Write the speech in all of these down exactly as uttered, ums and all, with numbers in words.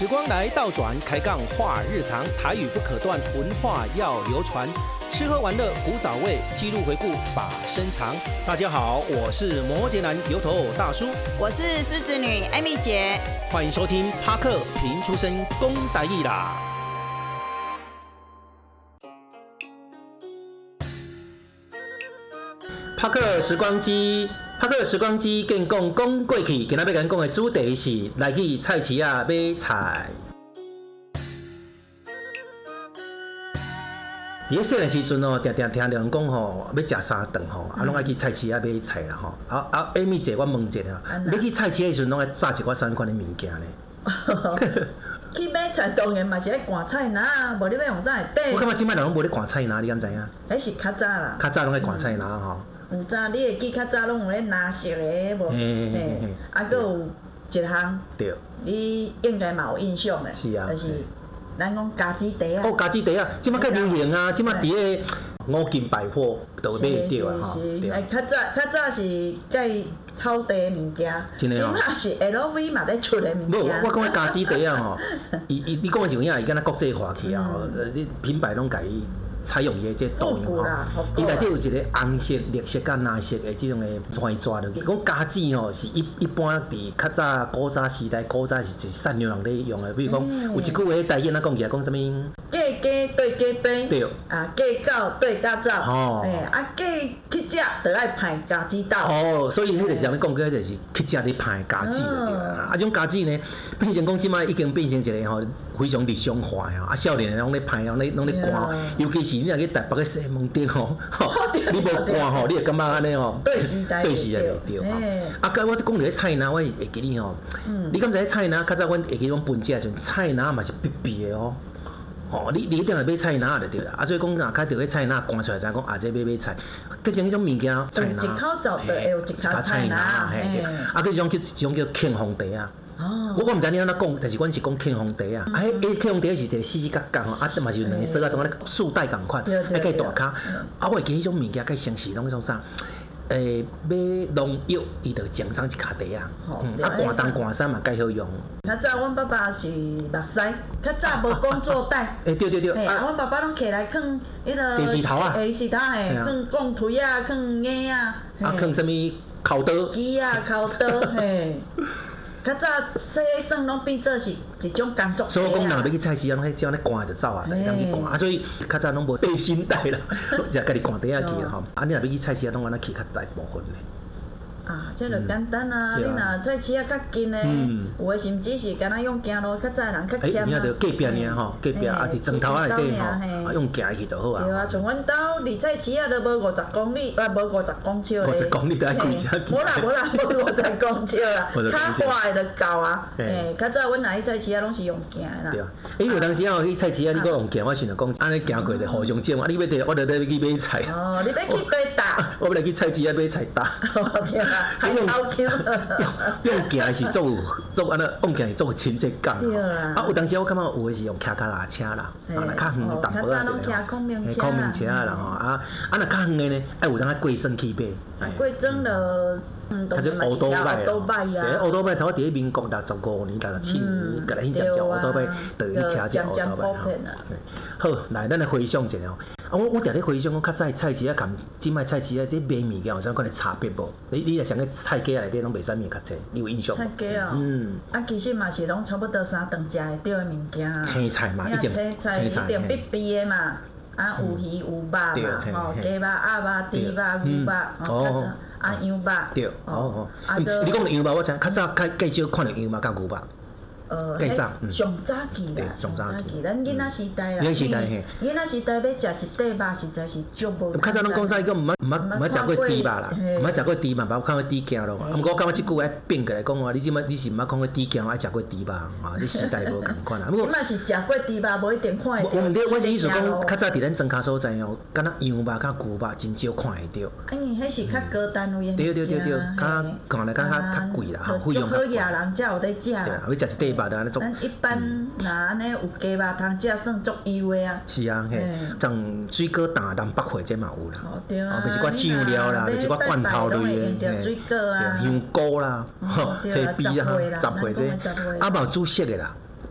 时光来倒转，开杠话日常，台语不可断，文化要流传。吃喝玩乐古早味，记录回顾把身藏。大家好，我是摩羯男油头大叔， 我是狮子女 Amy 姐， 欢迎收听帕克平出身公台语啦。帕克时光机，帕克时光机跟讲讲过去，今仔要跟讲的主题是来去菜市啊买菜。伫咧细汉时阵哦，常常听人讲吼，要食三顿吼，啊，拢爱去菜市啊买菜啦吼。啊啊，Amy 姐，我问一下啊，要去菜市的时阵，拢爱炸一寡啥款的物件呢？ 去买菜当然嘛是爱赶菜篮，无你要用啥会底？ 我感觉即摆人拢无咧赶菜篮，你敢知影？ 迄是较早啦。 较早拢爱赶菜篮吼。 有早你会记较早拢有咧拿色的无？嘿，啊，佫有一项， 对， 你应该嘛有印象的， 是啊， 就是咱讲家己茶啊。 哦，家己茶啊，即摆较流行啊，即摆伫咧五金百货都买得到啊，吼。 是是是，哎，较早较早是介草茶的物件，即摆是 L V 嘛咧出的物件。 无，我讲家己茶啊吼，伊伊你讲的是有影，伊敢若国际化去啊，吼，你品牌拢甲伊。采用伊即个导游吼，伊内底有一个红色、绿色甲蓝色的即种的花抓落去。讲家子吼是一一般伫较早古早时代，古早是是善良人咧用的。比如讲，有一句话台语咱讲起来讲啥物？ 嫁鸡对鸡飞， 对， 啊嫁狗对家走， 哦， 哎啊嫁去食就爱派家己斗。 哦，所以迄就是人咧讲，个就是去食咧派家子就对啦。啊，种家子呢，变成讲即摆已经变成一个吼非常日常化啊。啊，少年的拢咧派，拢咧拢咧赶，尤其是你若去台北个西门町吼，吼，你无赶吼，你会感觉安尼吼， 对时代对时代就对吼。啊，甲我讲到咧菜篮，我会记你吼，你敢知菜篮？较早阮会记阮分食的时阵，菜篮嘛是必备的哦。哦，你你一定来买菜篮就对啦。啊，所以讲若较着迄菜篮赶出来，知影讲啊，这买买菜，变成迄种物件菜篮。 一口罩就会有一口菜篮， 嘿。啊，佮一种叫一种叫庆丰茶啊。哦。我我毋知你安怎讲，但是阮是讲庆丰茶啊。啊，迄迄庆丰茶是一个四四角角吼，啊，嘛是两个锁啊，同安尼束带共款，还计大卡。啊，我会记迄种物件，佮相似拢迄种啥？诶，买农药伊着种上一卡茶啊，嗯，啊，寒冬寒衫嘛介好用。 较早阮爸爸是目屎，较早无工作袋。 诶，对对对。 啊，阮爸爸拢摕来放迄个电视头啊， 电视头诶，放钢槌啊，放椅啊， 啊，放啥物烤刀？ 机啊，烤刀嘿。较早洗洗耍拢变做是一种工作。 所以讲，人要去菜市啊，拢迄只咧赶就走啊，会当去赶啊。所以较早拢无背心带啦，只家己赶茶仔去啦吼。啊，你若要去菜市啊，拢安尼去较大部分咧。啊， 这就简单啊！你若菜市啊较近咧，有诶甚至是敢若用行路，较早人较俭啊。哎，你啊，着隔壁尔吼，隔壁啊，伫庄头仔内底吼，啊用行去就好啊。 对啊，像阮兜离菜市啊，都无五十公里，啊无五十公尺咧。 五十公里都爱开车去。 无啦无啦，无五十公尺啦，较快的就够啊。诶，较早阮若去菜市啊，拢是用行啦。 对啊，因为有当时啊去菜市啊，你搁用行，我想着讲，安尼行过就互相种啊。你要摕，我着得去买菜。 哦，你要去买搭？ 我要来去菜市啊买菜搭。 对啊。还用用行是做做安尼，用行是做亲切感啊。啊，有当时我感觉有诶是用骑脚踏车啦，啊，若较远淡薄仔一个， 空明车空明车啦吼啊。啊，若较远诶呢，爱有当啊过庄去买。 过庄就嗯， 它就乌多摆啊， 对，乌多摆差不多伫咧民国六十五年、六十七年，个来迄只只乌多摆，就去骑只乌多摆吼。好，来，咱来回想一下哦。啊，我我定咧回想，我较早菜市啊，含即摆菜市啊，伫买物件有啥款的差别无？你你若想个菜价内底拢卖啥物较济？你有印象无？ 菜价哦，嗯，啊，其实嘛是拢差不多三顿食会到的物件啊。 青菜嘛，一定青菜一定必备的嘛。啊，有鱼有肉嘛，吼，鸡肉、鸭肉、猪肉、牛肉，吼，啊羊肉。 对，哦哦。啊，你讲羊肉，我知，较早较介少看到羊肉甲牛肉。 呃，迄上早期啦，上早期，咱囡仔时代啦， 囡仔时代嘿， 囡仔时代要食一块肉，实在是足无。 较早拢讲啥？伊讲毋捌毋捌毋捌食过猪肉啦，毋捌食过猪嘛，捌看过猪颈咯。啊，毋过我感觉即句爱变过来讲话，你即摆你是毋捌看过猪颈，爱食过猪肉啊？这时代无共款啊。 即摆是食过猪肉，无一定看会到。 我毋对，我是意思讲，较早伫咱庄脚所在哦，敢若羊肉甲牛肉真少看会到。 啊，因为迄是较高单位的。 对对对对，较看来较较较贵啦，吼，费用较贵。 好人才有得食。对啊，要食一块肉就安尼做。 一般若安尼有鸡肉通食，算足优的啊。 是啊，嘿，像水果蛋、南北货这嘛有啦。 哦，对啊。 哦，就是一寡酱料啦，就是一寡罐头类的， 水果啊， 香菇啦，吼，黑啤啦，十岁这，啊嘛有煮熟的啦。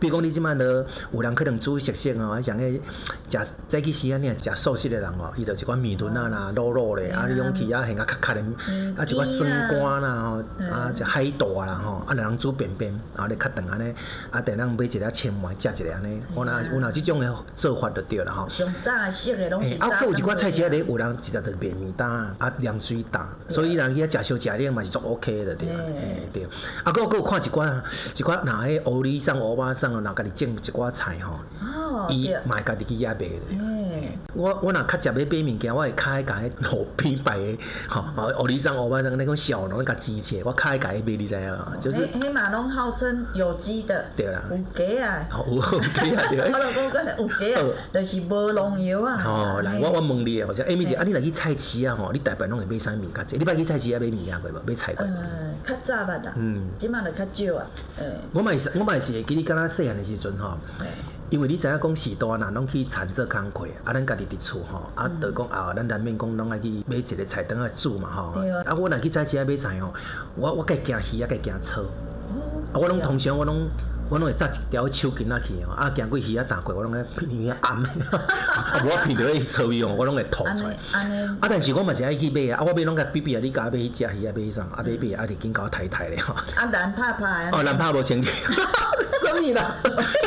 比如讲你即摆都有人可能煮熟食哦，像迄食早起时啊，你若食素食的人哦，伊就一寡面臀啊啦、卤卤咧，啊你拢去啊，现啊较较的，啊一寡酸瓜啦吼，啊食海带啦吼，啊人煮便便，然后你较长安尼，啊等咱买一粒青糜食一粒安尼，我若有若即种的做法就对啦吼。 上早食的拢是。 啊，佮有一寡菜市啊咧，有人直接就卖面担啊、凉水担，所以人去遐食烧食咧嘛是足 OK 的对啦，嘿对。啊，佮佮有看一寡一寡若迄乌里桑、乌巴桑哦，若家己种一寡菜吼，伊嘛会家己去遐卖咧。我我若较食要买物件，我会较爱甲迄路边摆的吼，乌里桑、乌巴桑那种小农甲钱切，我较爱甲伊买，你知影嘛？就是。 迄嘛拢号称有机的。 对啦。 有假啊。 有有假啊对。 我就讲讲有假啊，就是无农药啊。 哦，来，我我问你啊，或者下面姐，啊，你若去菜市啊吼，你大半拢会买啥物件？你捌去菜市啊买物件过无？买菜过？ 呃，较早捌啦。嗯。即马就较少啊。诶。 我嘛是，我嘛是会记你敢若细汉的时阵吼。因为你知影讲时代呐，拢去田做工课，啊，咱家己伫厝吼，啊，就讲啊，咱难免讲拢爱去买一个菜单来煮嘛吼。啊，我若去菜市啊买菜吼，我我计惊鱼啊，计惊草。啊，我拢通常我拢我拢会摘一条手筋仔去哦，啊，行过鱼啊打过，我拢爱片片暗的，啊，无我片到迄臭味哦，我拢会吐出来。啊，但是我嘛是爱去买啊，啊，我买拢甲比比啊，你甲我买迄只鱼啊，买啥？啊，买买啊，就紧甲我抬抬咧吼。 啊，难拍拍。 哦，难拍无清气。什么啦？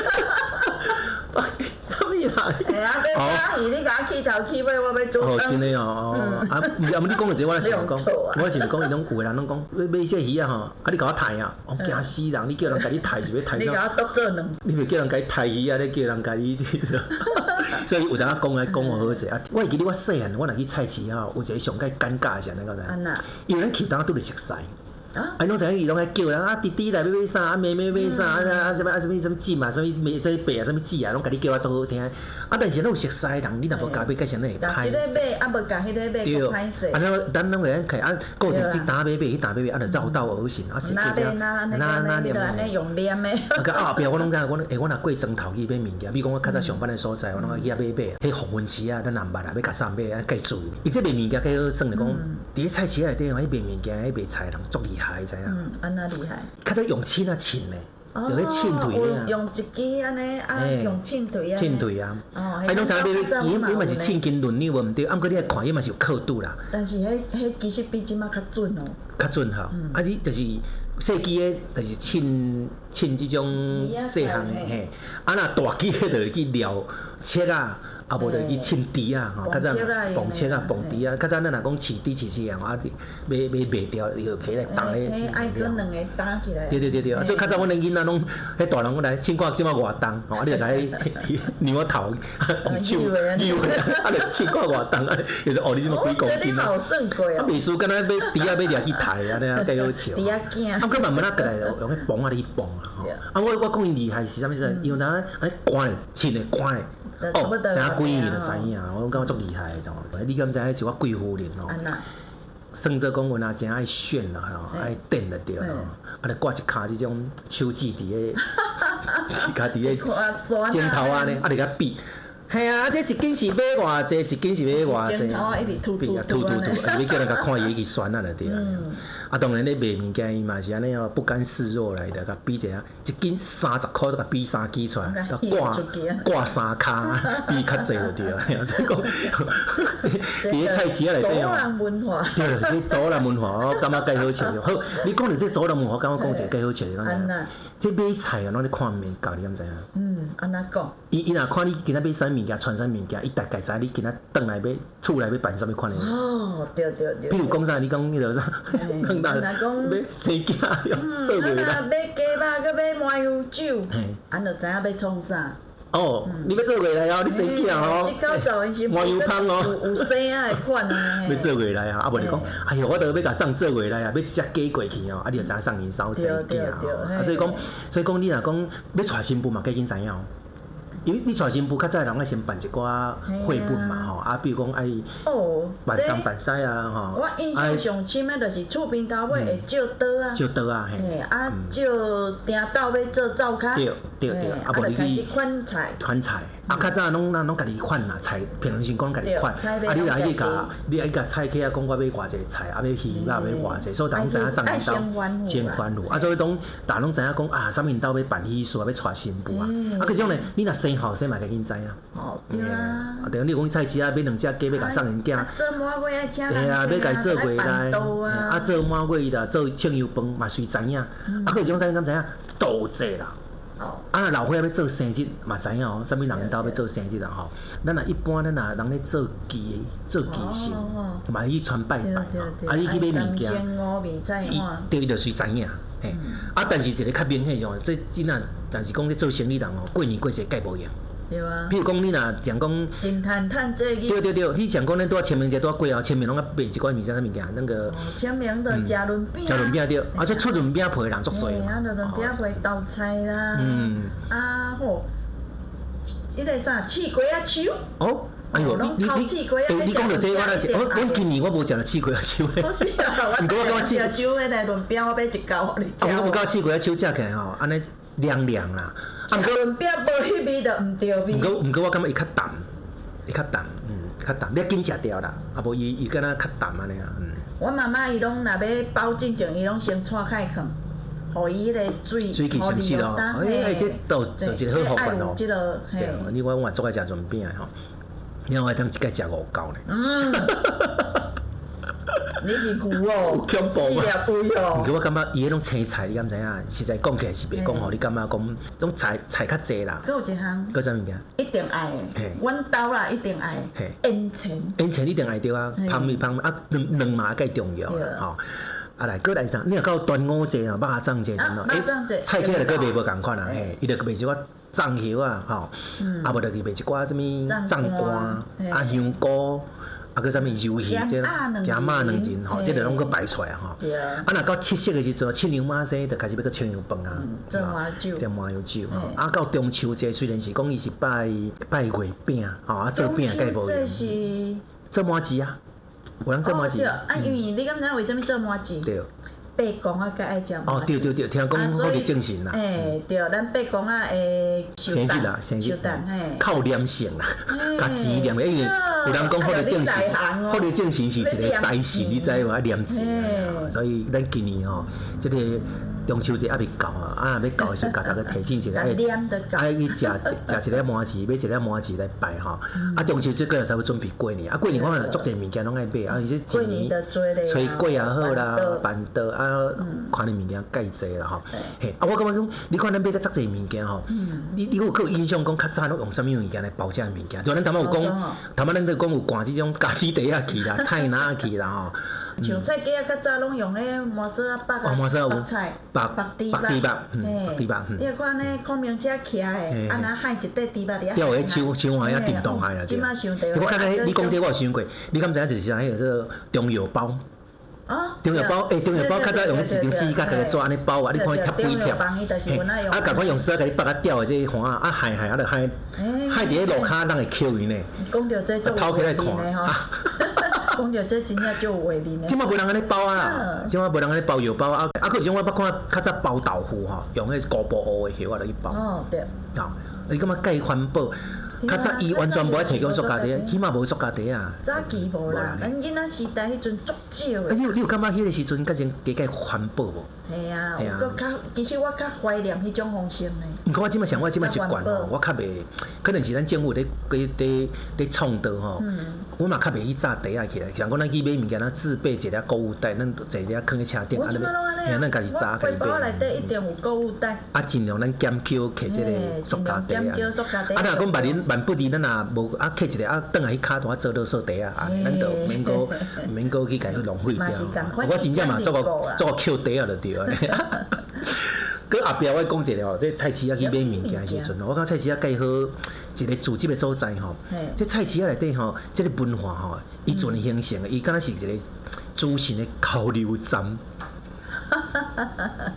什么啦？ 哎呀，要打鱼，你甲我起头起尾，我要煮汤。 哦，真的哦，哦，啊，毋是，啊，你讲的这我来想讲，我想讲伊拢有的人拢讲，要买这鱼啊吼，啊，你甲我抬啊，我惊死人，你叫人甲你抬是要抬啥？ 你甲我剁做两。 你袂叫人甲你抬鱼啊，你叫人甲你，所以有当讲来讲我好势啊。我会记得我细汉，我若去菜市吼，有一个上介尴尬的是安尼个呾，因为咱去当拄着熟悉。啊！拢知影伊拢爱叫人啊，弟弟来要买啥，啊妹妹买啥，啊啊什么啊什么什么姊嘛，什么妹什么伯啊，什么姊啊，拢甲你叫啊足好听。啊，但是咱有熟悉的人，你若无加买，假设咱会歹势。 即个买啊，无加迄个买，佫歹势。 啊，咱咱拢会安开啊，固定即单买买，迄单买买，啊，就绕道而行，啊， 是叫啥？那那那那安尼用念的。 啊，甲后壁我拢知，我诶，我若过钟头去买物件，比如讲我较早上班的所在，我拢爱去遐买买。迄红粉丝啊，咱南捌啊，要甲啥买啊，计注意。伊即卖物件计好算，就讲伫咧菜市内底，迄卖物件、迄卖菜人足厉害，知影？ 嗯，安那厉害。 较早用秤啊称咧。就去称腿啊，用一支安尼啊，用称腿啊。 称腿啊，啊，拢知影你伊伊嘛是称斤论两无毋对，啊，毋过你来看伊嘛是有刻度啦。 但是迄迄其实比即马较准哦。 较准吼，啊你就是细支的，就是称称即种细项的嘿，啊若大支的，就是去撩切啊。啊，无就去称猪啊，吼，较早磅切啊，磅猪啊，较早咱若讲饲猪饲饲样，啊，买买卖掉，伊就起来当咧。 嘿，爱跟两个打起来。 对对对对，所以较早阮的囡仔拢，迄大人我来称看即马偌重，吼，啊，你就来扭头，用手扭啊，啊，就称看偌重，啊，就是哦，你即马几公斤啊？ 我算过哦。 啊，袂输，敢若买猪啊，买掠去抬啊，尼啊，计好笑。 猪仔囝。啊， 佮慢慢啊，过来用迄磅啊去磅啊，吼。啊，我我讲伊厉害是啥物事？伊有当安尼关咧，称咧关咧。哦，知影几年就知影，我感觉足厉害的吼。你敢知影是我贵夫人吼？算做讲，阮也真爱炫咯吼，爱电就对咯。啊，就挂一骹即种手指伫咧，自家伫咧肩头啊呢，啊，就甲比。系啊，这一斤是买偌济，一斤是买偌济。 肩头啊，一直吐吐吐吐吐，啊，你叫人甲看伊去选啊，就对啊。啊，当然咧卖物件伊嘛是安尼哦，不甘示弱来的，甲比一下，一斤三十箍，甲比三支出来，甲挂挂三骹，比较济就对啊。所以讲，伫咧菜市仔内底哦。 祖人文化。 对，这祖人文化，我感觉介好笑。好，你讲到这祖人文化，我感觉讲一个介好笑的， 安那？ 这买菜啊，拢咧看面教，你敢知影？ 嗯，安那讲？ 伊伊若看你今仔买啥物件，穿啥物件，伊大概知你今仔转来要厝内要办啥物款的。 哦，对对对。 比如讲啥，你讲迄落啥？ 讲到要生囝做袂啦。 啊，买鸡肉，佮买麻油酒，安就知影要创啥。 哦，你要做袂来哦，你生囝哦。 即口早因是麻油芳哦， 有有生啊的款啊。 要做袂来啊，啊无你讲，哎哟，我都要甲送做袂来啊，要一只鸡过去哦，啊你就知影送因嫂生囝哦。啊所以讲，所以讲你若讲要娶新妇嘛，计紧知影哦。 因为你娶新妇较早人爱先办一寡绘本嘛吼，啊，比如讲爱办东办西啊吼。 我印象上深的就是厝边头尾会借刀啊， 借刀啊，嘿， 啊借订刀要做灶卡， 对对对， 啊无你开始款菜， 款菜，啊较早拢咱拢家己款啦，菜平常时讲家己款，啊你来去甲，你爱甲菜客啊讲我要偌济菜，啊要鱼肉要偌济，所以人知影上面刀先款户，啊所以讲大拢知影讲啊，啥物刀要办喜事，要娶新妇啊，啊可是种咧，你若生后生嘛该紧知影。 哦，对啊。 啊，对，你讲菜市啊，买两只鸡要甲送人囝。 做满月爱请人。 嘿啊，要甲伊做月来，啊做满月啦，做庆油饭嘛随知影。啊，佮种知影敢知影？斗节啦。哦。啊，老伙仔要做生日嘛知影哦，啥物人因兜要做生日啦吼。咱若一般咱若人咧做忌做忌神，嘛去传拜拜。啊，你去买物件。伊对，伊就随知影。嘿。啊，但是一个较明显种，这真啊，但是讲咧做生意人哦，过年过节计无用。 对啊。 比如讲，你若像讲， 真趁趁这个。 对对对，你像讲咱拄仔清明节拄仔过后，清明拢啊卖一寡物件啥物件，那个。 清明的食轮饼。 食轮饼对，啊，这出轮饼皮的人足多嘛。啊，轮饼皮豆菜啦。嗯。啊吼，迄个啥刺瓜仔手。哦。哎呦，你你你，你讲到这，我来是，我我今年我无食到刺瓜仔手的。不是啊，我今年食酒迄个轮饼，我买一包互你食。啊， 我无甲刺瓜仔手食起来吼，安尼凉凉啦。 啊，毋过轮饼无迄味就毋对味。 毋过毋过我感觉伊较淡，伊较淡，嗯，较淡，你紧食掉啦，啊无伊伊敢若较淡安尼啊，嗯。 我妈妈伊拢若要包进前，伊拢先拆开放，互伊迄个水， 水气先湿咯。哎，这倒倒一个好方法咯。对，你我我嘛做爱食轮饼的吼，然后我当一摆食五包呢。嗯。 你是牛哦， 恐怖嘛？ 是啊，牛哦。 毋过我感觉伊迄种青菜，你敢知影？实在讲起来是袂讲互你感觉讲，种菜菜较济啦。 佫有一项。 佫啥物件？ 一定爱的。阮兜啦，一定爱。烟肠。 烟肠一定爱着啊，芳味芳味啊，两两嘛介重要啦吼。啊来，佫来啥？你若到端午节哦，肉粽节啥咯？诶，菜客就佫卖无共款啦，嘿，伊就卖一寡粽叶啊，吼，啊无就去卖一寡啥物粽干、啊香菇。啊，佮啥物鱿鱼，这咸马两仁吼，这个拢佮摆出来吼。啊，若到七夕的时阵，七娘妈生就开始要佮青油饭啊， 做麻酒， 做麻油酒吼。啊，到中秋节虽然是讲伊是拜拜月饼，吼啊做饼计无用。做麻糍啊，有人做麻糍。 啊，因为你敢知为虾米做麻糍？对。八公啊，佮爱食麻糍。 哦，对对对，听讲好伫正神啦。 诶，对，咱八公啊会生日啦，生日靠念性啦，甲钱念，因为有人讲好伫正神，好伫正神是一个财神，你知无？爱念钱啊，所以咱今年吼，即个中秋节还未到啊，啊要到的时候，甲大家提醒一下，爱爱去食食一个麻糍，买一个麻糍来拜吼。啊，中秋节过后才会准备过年，啊过年我若足济物件拢爱买，啊而且一年炊粿也好啦，板豆啊。啊，看的物件介济啦吼，嘿，啊，我感觉讲，你看咱买个足济物件吼，你你有有印象讲较早拢用啥物物件来包这物件？就咱头仔有讲，头仔咱都讲有灌即种家私底啊去啦，菜篮去啦吼。 像菜鸡啊，较早拢用咧麻丝啊白啊，白菜、白白猪肉， 白猪肉， 你看咧孔明车徛的，啊，若海一块猪肉伫遐。 钓迄枪枪海啊，电动海啊， 即马想到。 我感觉你讲这我有想过，你敢知影就是啥？迄个做中药包。中药包，诶，中药包较早用迄一张四角个纸安尼包啊，你看伊贴几条，啊，共款用丝仔甲你绑啊吊的这花啊，海海啊，就海海伫迄路骹，人会捡伊呢。 讲到这，足有画面的吼。讲到这，真正足有画面的。 即马无人安尼包啊啦，即马无人安尼包药包啊，啊，佫有种我捌看较早包豆腐吼，用迄古布乌的叶啊来去包。哦，对。啊，你感觉介环保？较早伊完全无爱提供塑胶袋，起码无塑胶袋啊。 早期无啦，咱囡仔时代迄阵足少的。你有你有感觉迄个时阵较真加加环保无？ 系啊，有搁较，其实我较怀念迄种方式呢。 毋过我即摆想，我即摆习惯吼，我较袂，可能是咱政府咧咧咧咧倡导吼，我嘛较袂去炸袋啊起来。像讲咱去买物件，咱自备一粒购物袋，咱坐咧放喺车顶， 安尼， 嘿，咱家己炸家己买。 背包内底一定有购物袋。 啊，尽量咱减少摕即个塑胶袋啊。啊，若讲万年万不离咱若无啊摕一个啊，倒来去骹单做垃圾袋啊，咱就免个免个去家己浪费掉。我真正嘛做个做个捡袋啊就对。佮后壁我讲一个吼，这菜市仔去买物件的时阵，我感觉菜市仔介好一个自集的所在吼。这菜市仔内底吼，这个文化吼，伊全形成的，伊敢若是一个主神的交流站。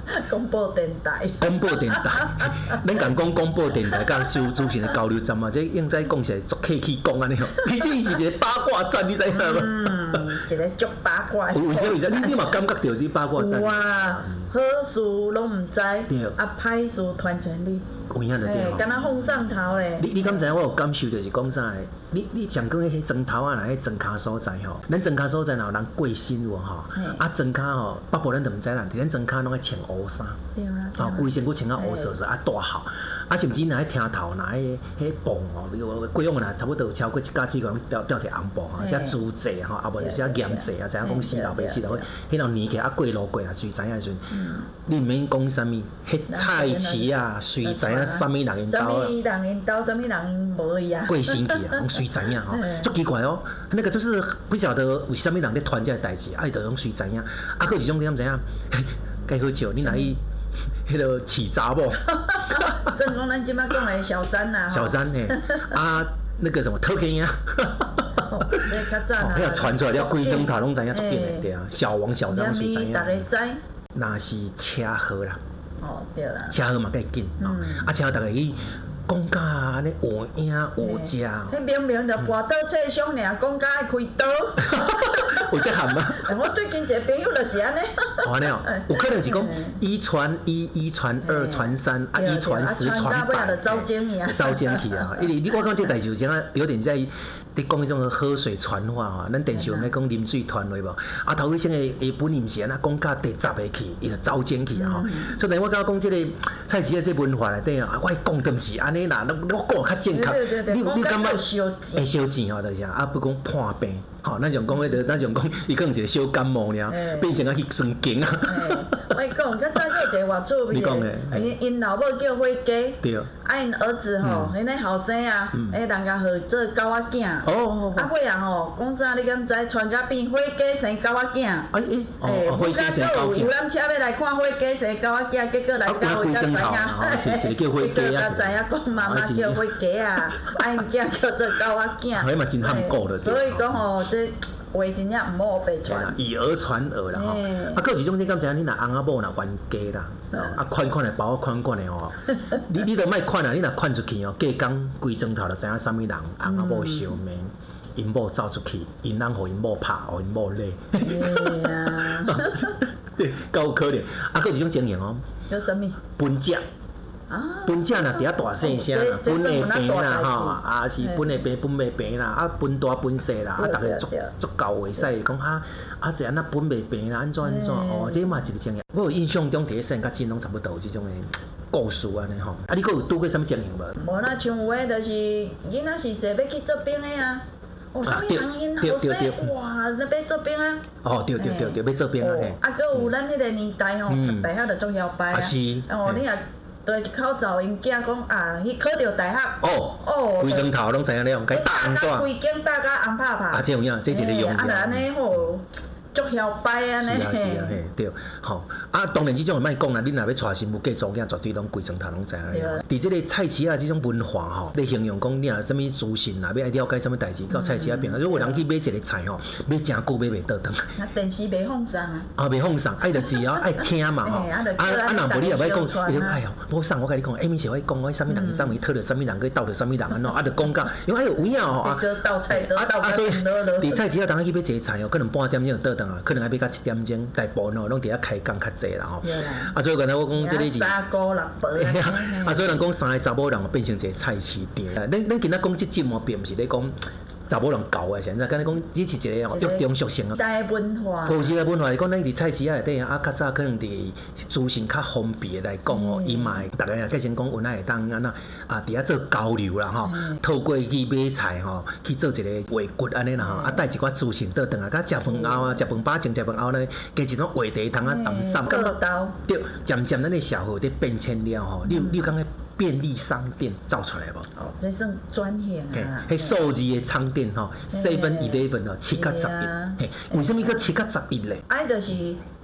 广播电台。 广播电台，咱讲讲广播电台甲修主持的交流站嘛，这用在讲起来足客气讲安尼吼。其实伊是一个八卦站，你知影无？ 嗯，一个足八卦的。 为啥？为啥？你你嘛感觉到这八卦站？ 有啊，好事拢毋知，啊歹事传千里。 有影就对吼。 敢若放上头咧。 你你敢知影我有感受就是讲啥个？你你上讲迄砖头啊，若迄砖骹所在吼，咱砖骹所在若有人过身有吼，啊砖骹吼，北部咱就毋知啦，伫咱砖骹拢爱穿乌衫，吼规身躯穿啊乌色色啊大号，啊甚至若迄厅头若迄迄布吼，过往若差不多有超过一家子个人吊吊一红布吼，写朱济吼，啊无就写盐济啊，知影讲四头白四头，迄种年纪啊过路过啊，随知影时阵，你毋免讲啥物，迄菜市啊，随知影啥物人因兜啊， 啥物人因兜，啥物人无伊啊， 过身去啊，随知影吼，足奇怪哦，那个就是不晓得为啥物人咧传这个代志，啊伊就拢随知影，啊佫有一种你敢知影，介好笑，你若去迄个饲查某， 算讲咱即摆讲的小三呐， 小三嘿，啊那个什么偷看呀， 这较早啦， 迄个传出来了，规砖头拢知影足紧的对啊，小王小张随知影， 大家知， 若是车祸啦， 哦对啦， 车祸嘛介紧哦，啊车祸大家去。讲甲安尼有影有食， 迄明明就跋倒册上尔，讲甲爱开刀， 有这含吗？ 我最近一个朋友就是安尼。 哦，安尼哦，有可能是讲一传一，一传二，传三，啊一传十，传百， 走精去啊， 走精去啊！因为你我讲这代志有啥有点在。你讲迄种河水传话吼，咱电视有咧讲啉水传话无？啊头尾先个下本毋是安那讲甲第十个去，伊就走精去啊吼。所以我感觉讲即个菜市仔这文化内底啊，我讲都毋是安尼啦，我讲较正确。你你感觉会烧钱吼，就是啊，不讲破病，吼，咱像讲迄个，咱像讲伊可能一个小感冒尔，变成啊去神经啊。 我讲，较早有一个偌趣味的，因因老母叫火鸡，啊因儿子吼，迄个后生啊，迄人家号做狗仔囝。哦，啊，尾啊吼，讲啥你敢知？传甲变火鸡生狗仔囝。哎哎，哦，火鸡生狗仔囝。有览车要来看火鸡生狗仔囝，结果来到位才知影， 一个叫火鸡啊， 才知影讲妈妈叫火鸡啊，啊因囝叫做狗仔囝。 迄嘛真罕古的。 所以讲吼，这话真正毋好白传。 以讹传讹啦吼，啊，佫有一种你敢知影？你若翁仔某若冤家啦，啊，款款的包款款的吼，你你都莫款啊，你若款出去哦，隔工规砖头就知影啥物人翁仔某相骂。因某走出去，因人互因某拍，互因某勒。对啊，对，够有可怜。啊，佫有一种情形哦。 叫啥物？ 分食。啊。分食若伫遐大细声啦，分下平啦吼，啊是分下平分袂平啦，啊分大分细啦，啊逐个足足够会使讲啊啊这安那分袂平啦，安怎安怎哦，这嘛一个情形。我有印象中伫咧县甲真拢差不多有即种诶故事安尼吼。啊，你佫有拄过啥物情形无？ 无啦，像有诶，就是囡仔是说要去做兵诶啊。哦，啥物人因后生哇，那要做兵啊！ 哦，对对对对，要做兵啊嘿。 啊，佫有咱迄个年代吼，读大学就足晓摆啊。是。哦，你若对一口罩，因囝讲啊，伊考着大学。哦。哦。 规砖头拢知影了，该打红纸。 规间打甲红拍拍。 啊，这有影，这一个用啊，就安尼吼。足晓摆安尼。 是啊是啊嘿，对，吼啊，当然即种莫讲啦，你若要娶新妇嫁租囝，绝对拢规砖头拢知影了。伫即个菜市啊，即种文化吼，咧形容讲你若啥物资讯啦，要爱了解啥物代志，到菜市啊边，如果人去买一个菜吼，买诚久买袂倒转。 啊，电视袂放送啊。 啊，袂放送，爱就是哦爱听嘛吼。啊啊，若无你也要讲，伊讲哎哟，我送我甲你讲，下面是我讲我啥物人，啥物讨着啥物人，佮斗着啥物人安怎，啊就讲到，因为哎哟有影吼啊。 倒菜倒倒。 啊所以，伫菜市啊，当去买一个菜哦，可能半点钟就倒转啊，可能爱买到一点钟，大部分哦拢伫遐开工较济啦吼。啊，所以刚才我讲这里是。 三姑六婆。 啊，所以人讲三个查某人变成一个菜市店。咱咱今仔讲即集嘛，并毋是咧讲查某人搞的，现在敢若讲只是一个约中属性啊。 代文化。 古时的文化是讲，咱伫菜市仔内底啊，较早可能伫资讯较方便来讲哦，伊嘛逐个啊，计先讲有哪会当安那啊，伫遐做交流啦吼，透过去买菜吼，去做一个话骨安尼啦吼，啊带一寡资讯倒转来，甲食饭后啊，食饭饱前食饭后呢，加一种话题通啊谈散。 感觉对，渐渐咱的社会伫变迁了吼，你你有感觉？便利商店造出来无？ 哦，这算转型啊！ 迄数字的商店吼 ，Seven Eleven 哦，七甲十一，嘿，为什么叫七甲十一咧？ 哎，就是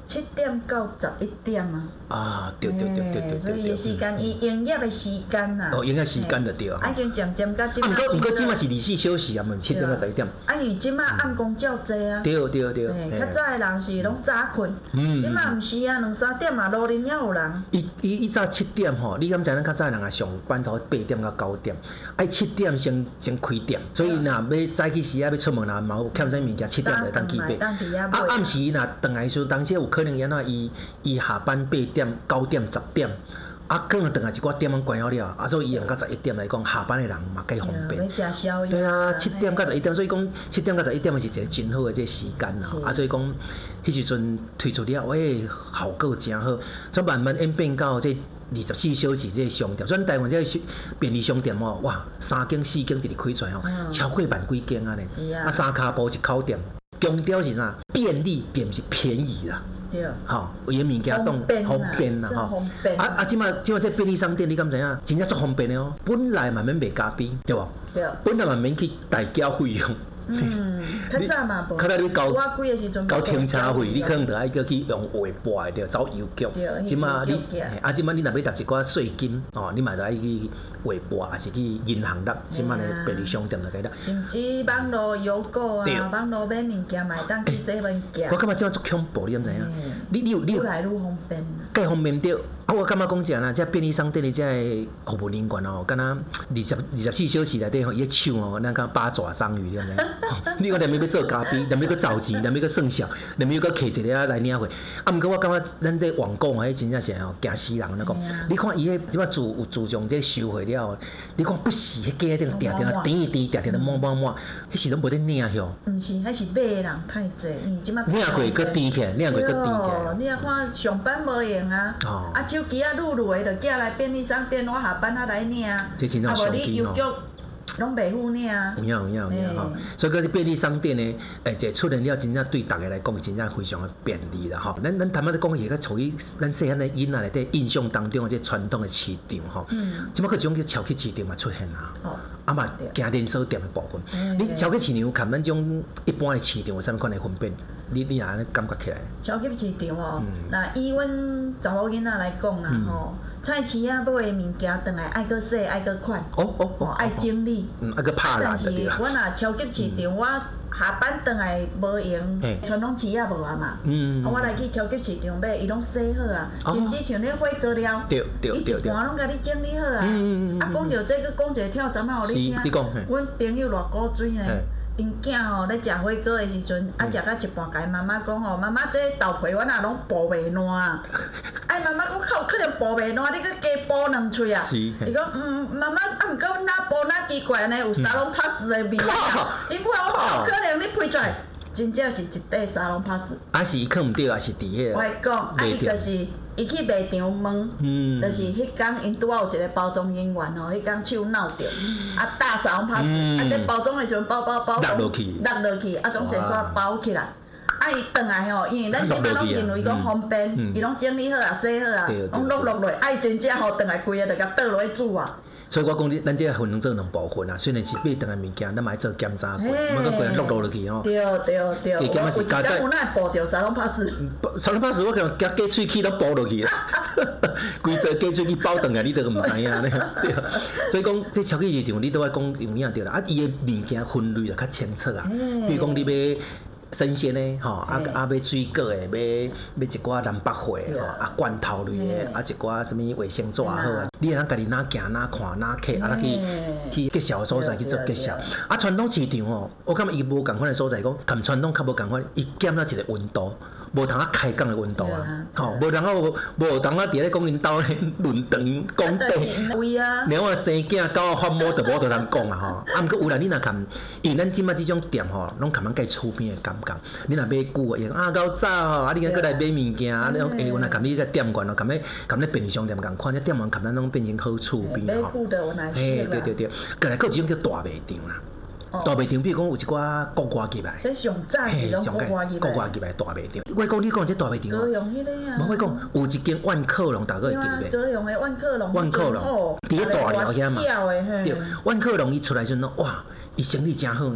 七点到十一点啊。 啊，对对对对对。 所以伊的时间，伊营业的时间呐。 哦，营业时间就对啊。 已经渐渐到即摆。啊，毋过毋过，即摆是二十四小时啊，毋七点到十一点。 啊，因为即摆暗工较济啊。 对对对。 较早的人是拢早困，即摆毋是啊，两三点嘛，路林还有人。 伊伊伊早七点吼，你敢知咱较早人啊上班从八点到九点，爱七点先先开店，所以若要早起时啊要出门啦，嘛有欠啥物件，七点就当去买。啊，暗时若转来时，当时有可能安怎伊伊下班八点、九点、十点，啊，可能转来一寡店仔关了了，啊，所以伊用到十一点来讲，下班的人嘛介方便。 要食宵夜。 对啊，七点到十一点，所以讲七点到十一点是一个真好的这时间啦。啊，所以讲迄时阵推出了，喂，效果真好，所以慢慢演变到这二十四小时这商店。所以台湾这便利商店哦，哇，三间四间直直开出来哦，超过万几间啊呢。啊，三骹步一口店，强调是啥？便利，并不是便宜啦。 对， 吼，伊个物件当方便啦，吼。啊啊，即马即马这便利商店，你敢知影？真正足方便的哦。本来嘛免卖咖啡，对无？ 对。 本来嘛免去代缴费用。 嗯，较早嘛无。 较早你交我几个时阵交停车费，你可能着爱搁去用画拨的，着走邮局。 对。 即马你，啊，即马你若要纳一寡税金，哦，你嘛着爱去画拨，还是去银行纳？即马的便利商店就该纳。 甚至网络邮购啊，网络买物件嘛会当去洗物件。 我感觉即马足恐怖，你敢知影？你你有你有。 愈来愈方便。 介方便着。啊，我感觉讲啥啦？这便利商店的这服务人员哦，敢若二十二十四小时内底吼，伊个手哦，咱讲八爪章鱼，对不对？你讲连要要做咖啡，连要搁找钱，连要搁算数，连要搁摕一个来领货。啊，毋过我感觉咱这网购迄真正是吼惊死人，那讲。你看伊迄即摆自有自从这收回了，你看不是迄架顶定定啊，点一点，定定咧满满满，迄时拢无咧领吼。 毋是，迄是买的人太济，因为即摆。 领过搁甜起来，领过搁甜起来。 你啊看上班无用啊，啊手机啊撸撸的，就寄来便利商店，我下班啊来领。啊无你邮局拢袂赴领。 有影有影有影吼，所以嗰啲便利商店呢，诶，就出现了，真正对大家来讲，真正非常的便利啦吼。咱咱头仔咧讲，伊个属于咱细汉的囡仔内底印象当中的这传统的市场吼。嗯。即摆个种叫超级市场嘛出现啦。哦。啊嘛，行连锁店的部分，你超级市场含咱种一般的市场有啥物款的分别？你你也安尼感觉起来？ 超级市场哦，那以阮查某囡仔来讲啦吼，菜市啊买的物件，转来爱搁洗，爱搁款，哦哦哦，爱整理， 嗯，爱搁拍烂就对啦。 但是我若超级市场，我下班转来无用，传统市啊无啊嘛，嗯，我来去超级市场买，伊拢洗好啊，甚至像咧火锅料，伊一盘拢甲你整理好啊。啊，讲到这个讲一个跳针啊，互你听，阮朋友偌古锥呢。因囝吼咧食火锅的时阵，啊食到一半，甲伊妈妈讲吼，妈妈这豆皮我若拢剥袂烂啊。啊，妈妈讲较有可能剥袂烂，你搁加剥两喙啊。伊讲嗯，妈妈啊，毋过哪剥哪奇怪呢？有沙龙 pass 的味啊。伊母讲有可能你配出来，真正是一块沙龙 pass。 啊是伊放毋对，啊是伫迄个。 我讲，啊伊就是。伊去卖场问，嗯、就是迄天因拄仔有一个包装人员吼，迄天手闹着，啊大沙龙 pass，啊在包装的时阵包包包， 落落去， 落落去，啊总是煞包起来。啊伊转来吼，因为咱即摆拢认为讲方便，伊拢整理好啊、洗好啊，拢落落落，啊伊真正吼转来规个就甲倒落去煮啊。 所以我讲你，咱这分成做两部分啊。虽然是买顿的物件，咱嘛爱做检查过，莫搁规个落落落去吼。 对对对。 加减是加在。 有哪会剥着沙龙 pass？ 沙龙 pass 我可能加加喙齿都剥落去啊。规则加喙齿包顿来，你都毋知影咧。对啊。所以讲，这超级市场你都爱讲有影着啦。啊，伊的物件分类就较清楚啊。比如讲你要。新鲜的吼，啊啊要水果的，要要一寡南北货的吼，啊罐头类的，啊一寡什物卫生纸好啊，你会当家己哪行哪看哪客，啊去去介绍的所在去做介绍。啊传统市场吼，我感觉伊无共款的所在，讲含传统较无共款，伊减了一个温度。无通啊开讲的温度啊，吼，无通啊无通啊伫咧讲因兜咧论长讲短，然后生囝狗发毛就无得通讲啊吼。啊，毋过有啦，你若含，因为咱即摆即种店吼，拢含咱介厝边的感觉。你若买久啊，伊讲啊够早吼，啊你讲过来买物件，啊你讲诶，我若含你只店员咯，含咧含咧便利商店共款，只店员含咱拢变成好厝边吼。嘿，对对对，过来佫有一种叫大卖场啦。大卖场，比如讲有一寡国外入来， 这上早是拢国外入来， 国外入来大卖场。我讲你讲这大卖场高雄迄个啊， 无我讲有一间万客隆，大概会记得袂？ 高雄的万客隆， 万客隆，伫咧大寮遐嘛。对，万客隆伊出来时阵，哇，伊生意真好呢。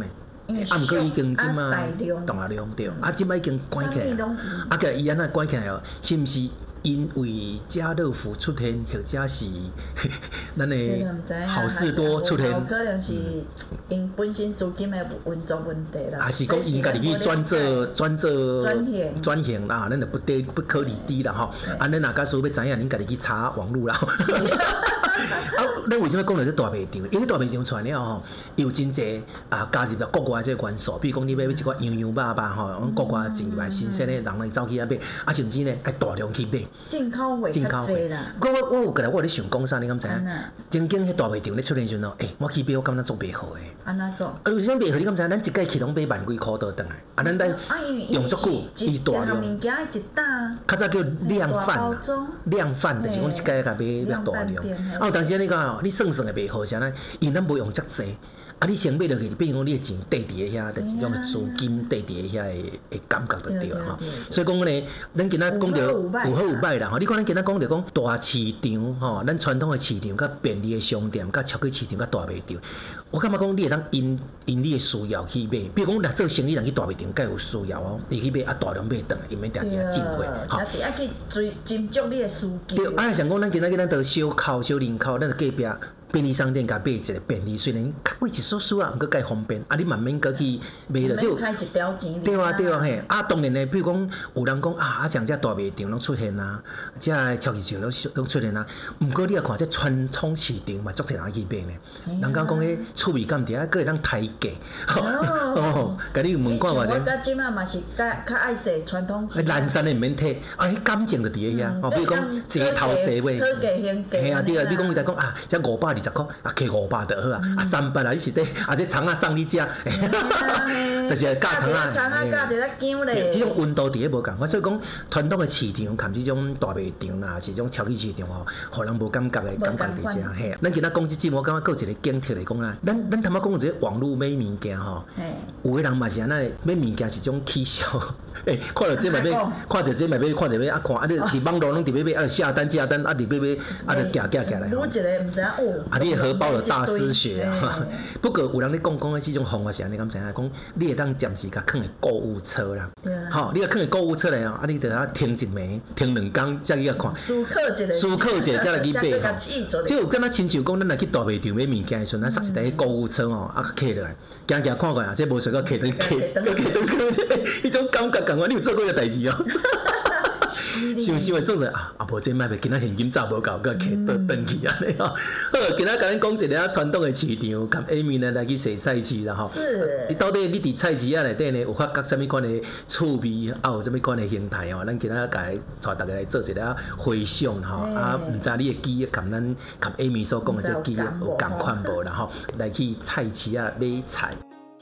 啊，毋过已经即马大量对，啊，即马已经关起来，啊，个伊安那关起来哦，是毋是因为家乐福出现，或者是咱的好事多出现？ 可能是因本身资金的运作问题啦。 还是讲因家己去转做转做转型转型啦，咱就不得不可理低啦吼。啊，咱若假使要知影，恁家己去查网络啦。啊，咱为什么讲到这大卖场？因为大卖场出来了吼，有真济啊加入了国外这个元素，比如讲你买一寡羊羊肉肉吼，国外进来新鲜的人来走去遐买，啊甚至呢爱大量去买。 进口货较济啦。 我我我有过来，我有咧想讲啥，你敢知影？曾经迄大卖场咧出现时阵哦，诶，我去买我感觉做袂好诶。 安怎讲？ 啊，有啥袂好？你敢知影？咱一届去拢买万几箍倒转来，啊，咱咱用足久，伊大量。 物件一打。 较早叫量贩啦，量贩就是讲一届甲买量大量。啊，有当时你讲你算算会袂好，啥呢？因为咱无用遮济。啊！你先买落去，比如讲你的钱缀伫个遐，就是种个资金缀伫个遐的的感觉就对了吼。所以讲呢，咱今仔讲到有好有歹啦吼。你看咱今仔讲到讲大市场吼，咱传统的市场、甲便利的商店、甲超级市场、甲大卖场，我感觉讲你会当因因你的需要去买。比如讲，若做生意人去大卖场，该有需要哦，你去买啊大量买转来，伊免定定进货吼。啊，去追斟酌你的需求。 对，啊，像讲咱今仔日咱到小口、小人口，咱就隔壁。便利商店甲买一个便利，虽然较贵一丝丝啊，毋过介方便。啊，你慢慢过去买了， 就开一条钱。 对啊，对啊，嘿。啊，当然呢，比如讲有人讲啊，啊，像这大卖场拢出现啊，这超级市场拢拢出现啊。毋过你也看这传统市场嘛，足侪人去买呢。人讲讲迄趣味感伫遐，佫会当抬价。哦，甲你问看偌济。我到即马嘛是较较爱说传统市场。 南山的毋免退，啊，迄感情就伫个遐。哦，比如讲坐头坐尾。 好价兴价。 嘿啊，对啊，你讲伊在讲啊，这五百二十块，啊，摕五百就好啊，啊三百啊，你是得啊这葱仔送你食，就是加葱仔， 葱仔加一个姜咧。 这种温度伫咧无共款，所以讲传统的市场，含这种大卖场啦，是种超级市场吼，互人无感觉的感觉伫遮。嘿，咱今仔讲即节目，我感觉佫有一个警惕来讲啦，咱咱头仔讲这网络买物件吼，有个人嘛是安尼买物件是种起笑。诶，看到这嘛要，看到这嘛要，看到要啊看，啊你伫网络拢伫要买，啊下单下单，啊伫要买，啊就夹夹夹来。 每一个毋知影哦。 啊，你荷包有大失血啊！不过有人咧讲讲的这种方法是安尼，敢知影？讲你会当暂时甲放个购物车啦，吼，你甲放个购物车来啊，啊你着遐停一暝，停两工才去甲看。 思考一个。 思考一下才来去买吼。即有敢若亲像讲，咱来去大卖场买物件的时阵，咱煞是伫购物车吼，啊摕落来，行行看看啊，这无想到摕倒摕，摕摕倒摕，迄种感觉共款，你有做过个代志哦？想想会算者啊，啊无这卖袂，今仔现金走无够，佮摕倒转去安尼吼。好，今仔甲咱讲一个传统的市场，甲 Amy 呢来去踅菜市啦吼。 是。 你到底你伫菜市仔内底呢，有发觉啥物款的趣味，啊有啥物款的形态哦？咱今仔甲带大家来做一个回想吼，啊毋知你的记忆，甲咱甲 Amy 所讲的这记忆有共款无啦吼？来去菜市仔买菜。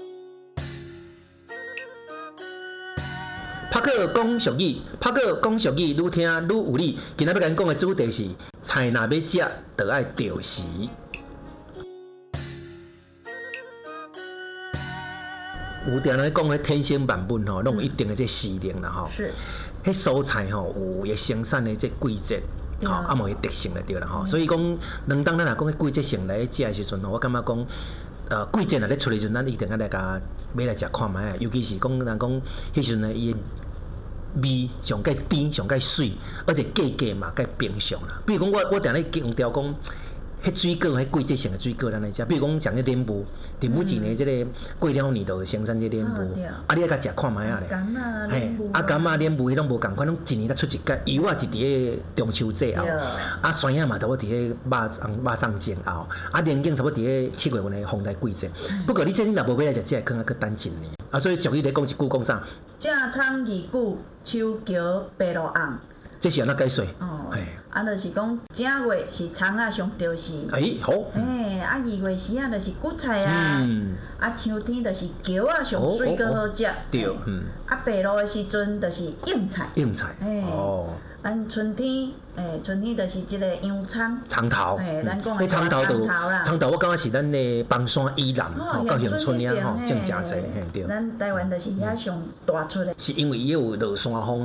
拍克讲俗语，拍克讲俗语，愈听愈有理。今仔要甲咱讲的主题是菜若要食，就爱着时。有定咧讲迄天生万物吼，拢有一定的这时令啦吼。 是。 迄蔬菜吼有伊生产的这季节，吼啊无伊特性就对啦吼。所以讲，两当咱若讲迄季节性来食的时阵吼，我感觉讲。呃，季节若咧出的时阵，咱一定爱来甲买来食看卖啊。尤其是讲人讲，迄时阵呢，伊味上介甜，上介水，而且价格嘛介平常啦。比如讲，我我定咧强调讲，迄水果，迄季节性的水果咱来食。比如讲，像迄莲雾，伫每一年即个过了年就会生产即莲雾，啊，你爱甲食看卖啊咧。嘿，啊，柑仔莲雾迄拢无共款，拢一年才出一届。油啊，伫伫个中秋节后，啊，酸仔嘛，差不多伫个肉粽肉粽前后，啊，年景差不多伫个七月份的风台季节。不过你这你若无买来食，只会放啊，佫等一年。啊，所以俗语咧讲一句讲啥？ 正仓二句，秋桥白露红。 这是安怎解说？ 哦，啊，就是讲正月是葱仔上着时。 哎，好。 哎，啊，二月时啊，就是韭菜啊。嗯。啊，秋天就是桥啊上水果好食。 对，嗯。 啊，白露的时阵就是应菜。 应菜。哎。哦。 咱春天，诶，春天就是即个洋葱。 葱头。 诶，咱讲的葱头就啦。 葱头我感觉是咱的邦山以南，吼，到乡村遐吼，种诚济，嘿对。 咱台湾就是遐上大出的。 是因为伊有落山风啦。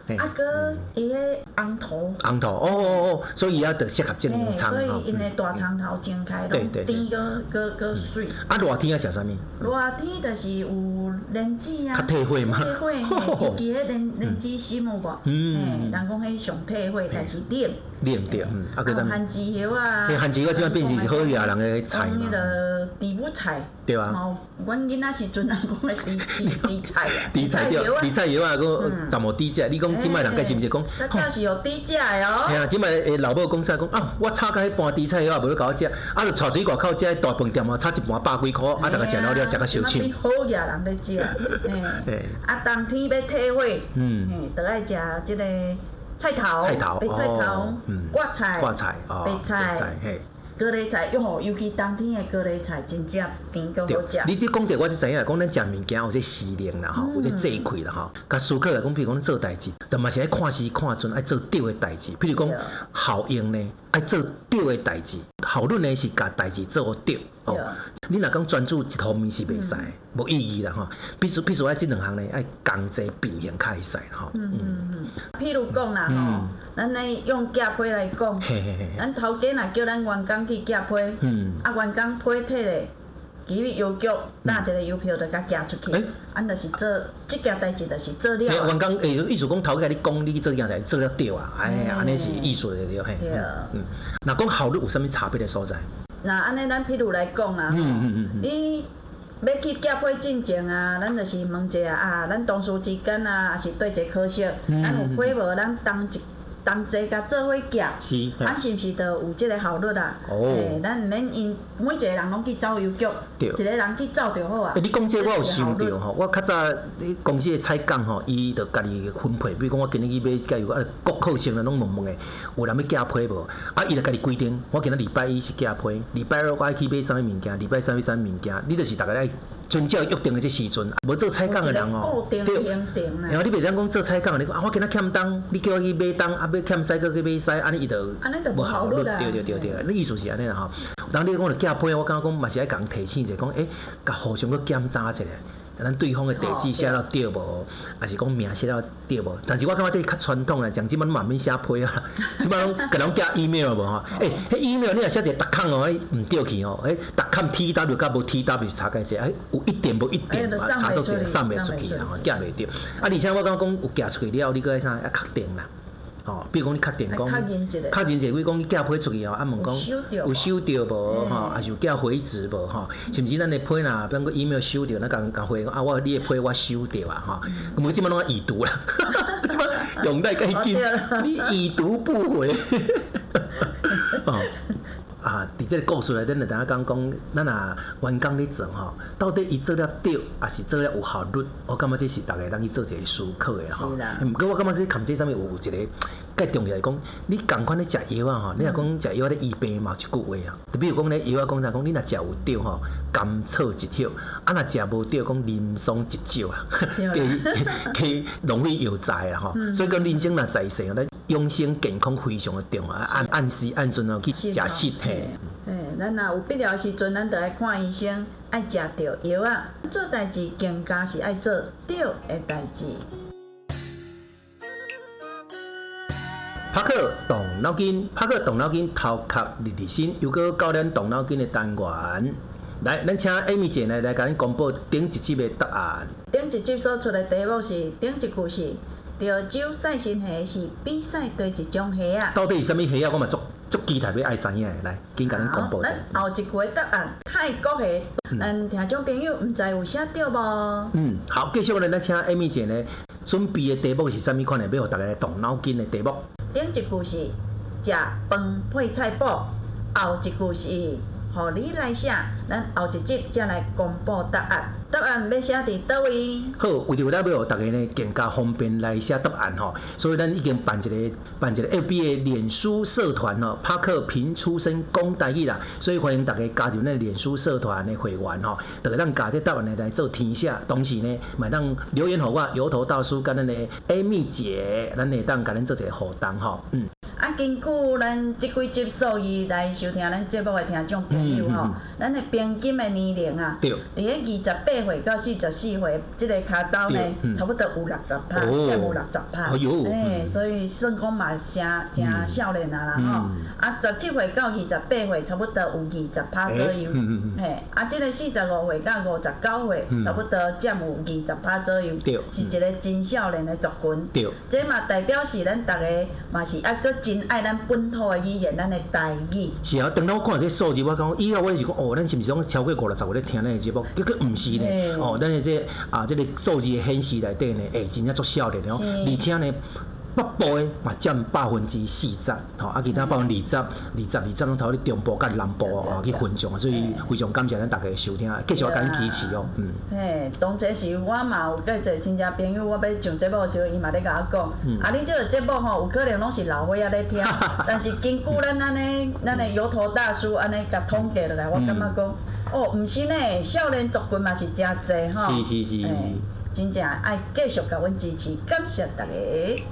啊，搁伊迄红头。 红头哦哦哦，所以要得适合这种葱所以吼。 因的大葱头蒸开拢甜搁搁搁水。 啊，热天要食啥物？ 热天就是有莲子啊。 较退火嘛。 退火，尤其迄莲莲子心有无？嗯。人讲迄上退火，但是冷。 冷着，嗯，啊，搁啥物？ 番薯叶啊。 迄番薯叶即摆变成是好野人的菜嘛。 迄个地母菜。对啊。 嘛，阮囡仔时阵人讲的地地地菜啊。 地菜对，地菜叶啊，搁怎么低价？你讲即摆人家是毋是讲？ 较早是有低价的哦。 嘿啊，即摆诶老母讲啥讲啊？我炒甲迄盘地菜叶啊，无咧甲我食，啊，就带水外口食大饭店啊，炒一盘百几箍，啊，大家食了了食甲烧钱。 好野人咧食，嘿。啊，冬天要退火，嗯，嘿，就爱食即个。菜头， 菜头， 白菜头，挂菜， 挂菜， 白菜，高丽菜，哟，尤其冬天的高丽菜真正甜够好食。 你你讲着我就知影，讲咱食物件有这时令啦吼，有这做开啦吼。甲思考来讲，比如讲咱做代志，但嘛是爱看时看准，爱做对的代志。譬如讲效应呢，爱做对的代志，效率呢是甲代志做好对。哦，你若讲专注一方面是袂使，无意义啦吼。必须必须爱即两项呢，爱同齐并行较会使吼。 嗯嗯嗯。譬如讲啦吼，咱来用夹批来讲，咱头家若叫咱员工去夹批，啊员工批摕咧，其实邮局拿一个邮票就甲寄出去，咱就是做即件代志，就是做了。 员工诶，意思讲头家你讲你做件代志做了对啊，哎，安尼是艺术的对嘿。嗯。若讲效率有啥物差别的所在？ 那安尼，咱譬如来讲啊，你要去夹批进前啊，咱就是问者啊，咱同事之间啊，还是对一个可惜，咱有批无？咱同一同齐甲做伙夹， 是， 啊是毋是就有即个效率啊？ 哦， 咱毋免因每一个人拢去走邮局，一个人去走就好啊。 你讲这我有想到吼，我较早你公司的采购吼，伊就家己分配，比如讲我今日去买加油，啊，国考生啦拢问问的，有人要夹批无？啊，伊就家己规定，我今日礼拜一是夹批，礼拜二我爱去买啥物物件，礼拜三买啥物物件，你就是大家爱遵照约定的这时阵，无做采购的人哦， 对， 然后你袂当讲做采购，你讲啊，我今仔欠单，你叫我去买单，啊，要欠西，搁去买西，安尼伊就无效率，对对对对，你意思是安尼啦吼。当你讲着夹批，我感觉讲嘛是爱共提醒者，讲诶，甲互相搁检查一下。咱对方的地址写到对无，还是讲名写到对无？但是我感觉这较传统啦，像即摆拢嘛免写批啊，即摆拢甲人寄 email 无吼？诶，迄 email 你若写一个 .com 哦，毋对去哦，诶 .com T W 甲无 T W 查解者，诶有一点无一点嘛，查到出来送袂出去啦，吼，寄袂着。啊，而且我感觉讲有寄出去了，你搁爱啥？要确定啦。吼，比如讲你确定讲，确认一下，比如讲你寄批出去吼，啊问讲有收到无吼，还是有寄回执无吼？是毋是咱的批若比如讲 email 收到，咱共共回讲啊，我你的批我收到啊吼，咁我即摆拢已读啦，即摆用得介紧，你已读不回。哦啊，伫即个故事内底，就等下讲讲，咱若员工咧做吼，到底伊做了对，还是做了有效率？我感觉这是大家当去做一个思考的吼。毋过我感觉这看这上面有一个介重要的讲，你共款咧食药啊吼，你若讲食药咧医病嘛有一句话啊，就比如讲咧药啊讲啥讲，你若食有对吼，甘草一条；啊若食无对，讲林松一少啊，去去浪费药材啦吼。所以讲人生若在世，咱养生健康非常的重要，按按时按顺哦去食食嘿。 嘿，咱若有必要时阵，咱就爱看医生，爱食着药啊。做代志更加是爱做对的代志。 拍克动脑筋，拍克动脑筋，头壳日日新，又搁教咱动脑筋的单元。来，咱请 Amy 姐呢来甲咱公布顶一集的答案。 顶一集所出的题目是顶一句是：潮州赛神虾是比赛对一种虾啊？ 到底是啥物虾啊？我嘛足足期待要爱知影的。来，紧甲咱公布一下。 后一句的答案泰国虾，咱听众朋友毋知有写对无？嗯， 好，继续咧，咱请 Amy 姐呢准备的题目是啥物款的？要互大家来动脑筋的题目。 顶一句是食饭配菜补，后一句是互你来写，咱后一集才来公布答案。答案要写伫倒位？ 好，为着咱要互大家呢更加方便来写答案吼，所以咱已经办一个办一个 F B 的脸书社团吼，帕克平出身讲台语啦，所以欢迎大家加入咱脸书社团的会员吼，就会咱加这答案呢来做填写，同时呢，嘛当留言互我油头大叔甲咱的 Amy 姐，咱会当甲咱做一个互动吼，嗯。 啊，根据咱即几集数字来收听咱节目的听众朋友吼，咱的平均的年龄啊，伫咧二十八岁到四十四岁，即个骹兜呢，差不多有六十趴，才有六十趴。哎，所以算讲嘛，真真少年啊啦吼。啊，十七岁到二十八岁，差不多有二十趴左右。嘿，啊，即个四十五岁到五十九岁，差不多占有二十趴左右，是一个真少年的族群。这嘛代表是咱大家嘛是啊，搁真爱咱本土的语言，咱的台语。 是啊，当我看这数字，我讲以后我是讲哦，咱是毋是讲超过五六十岁咧听咱的节目？结果毋是呢。哦，咱的这啊，这个数字显示内底呢，诶，真正足少年哦，而且呢。北部的嘛占百分之四十，吼，啊，其他百分之二十、二十、二十拢头咧中部甲南部啊去分享啊，所以非常感谢咱大家收听，继续甲咱支持哦，嗯。 嘿，当这是我嘛有介侪亲戚朋友，我要上节目的时候，伊嘛咧甲我讲，啊，恁这个节目吼，有可能拢是老伙仔咧听，但是根据咱安尼，咱的油头大叔安尼甲统计落来，我感觉讲，哦，毋是呢，少年族群嘛是真侪吼， 是是是， 真正爱继续甲阮支持，感谢大家。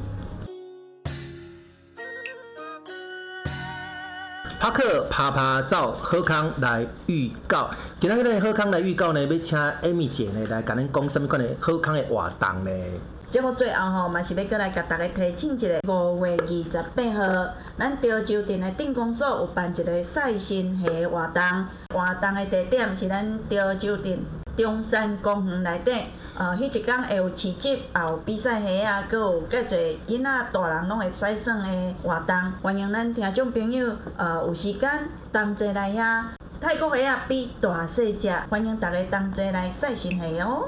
帕克啪啪走，好康来预告。今仔日好康来预告呢，要请 Amy 姐呢来甲咱讲什么款的好康的活动呢？ 节目最后吼，嘛是要过来甲大家提醒一下，五月二十八号，咱潮州镇的镇公所有办一个赛新鞋活动，活动的地点是咱潮州镇中山公园内底。呃，迄一天会有市集，也有比赛鞋啊，佮有介侪囡仔、大人拢会使耍的活动。欢迎咱听众朋友，呃，有时间同齐来遐。泰国鞋啊比大细只，欢迎大家同齐来赛新鞋哦。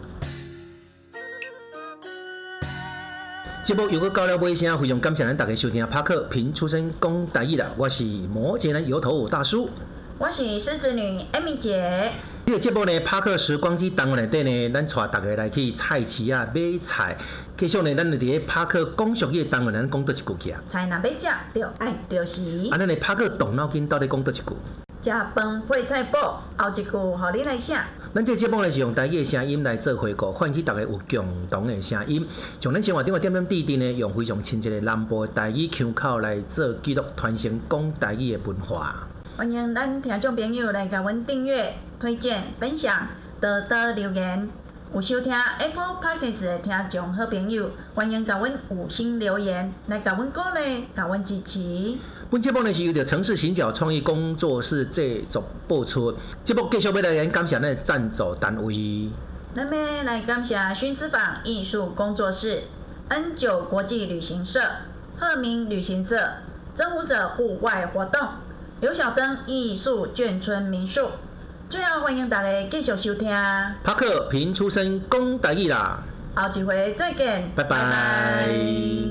节目又搁到了尾声，非常感谢咱大家收听帕克平出身讲台语啦，我是摩羯男油头大叔， 我是狮子女 Amy 姐。 这个节目呢，帕克时光机单元内底呢，咱带大家来去菜市啊买菜。继续呢，咱就伫咧帕克讲俗语单元，咱讲倒一句去啊。 菜若要食，着爱着时。 啊，咱的帕克动脑筋到底讲倒一句？ 食饭配菜补，后一句互你来写。 咱这个节目呢是用台语的声音来做回顾，唤起大家有共同的声音，从咱生活中的点点滴滴呢，用非常亲切的南部的台语腔口来做记录，传承讲台语的文化。 欢迎咱听众朋友来甲阮订阅、推荐、分享、多多留言。有收听 Apple Podcast 的听众好朋友，欢迎甲阮五星留言，来甲阮鼓励、甲阮支持。 本节目呢是由着城市行脚创意工作室制作播出。节目继续要来感谢咱的赞助单位。 咱要来感谢薰之坊艺术工作室、N 九国际旅行社、鹤鸣旅行社、征服者户外活动、刘小灯艺术眷村民宿。最后欢迎大家继续收听。 帕克平出身讲台语啦， 后一回再见， 拜拜。拜拜。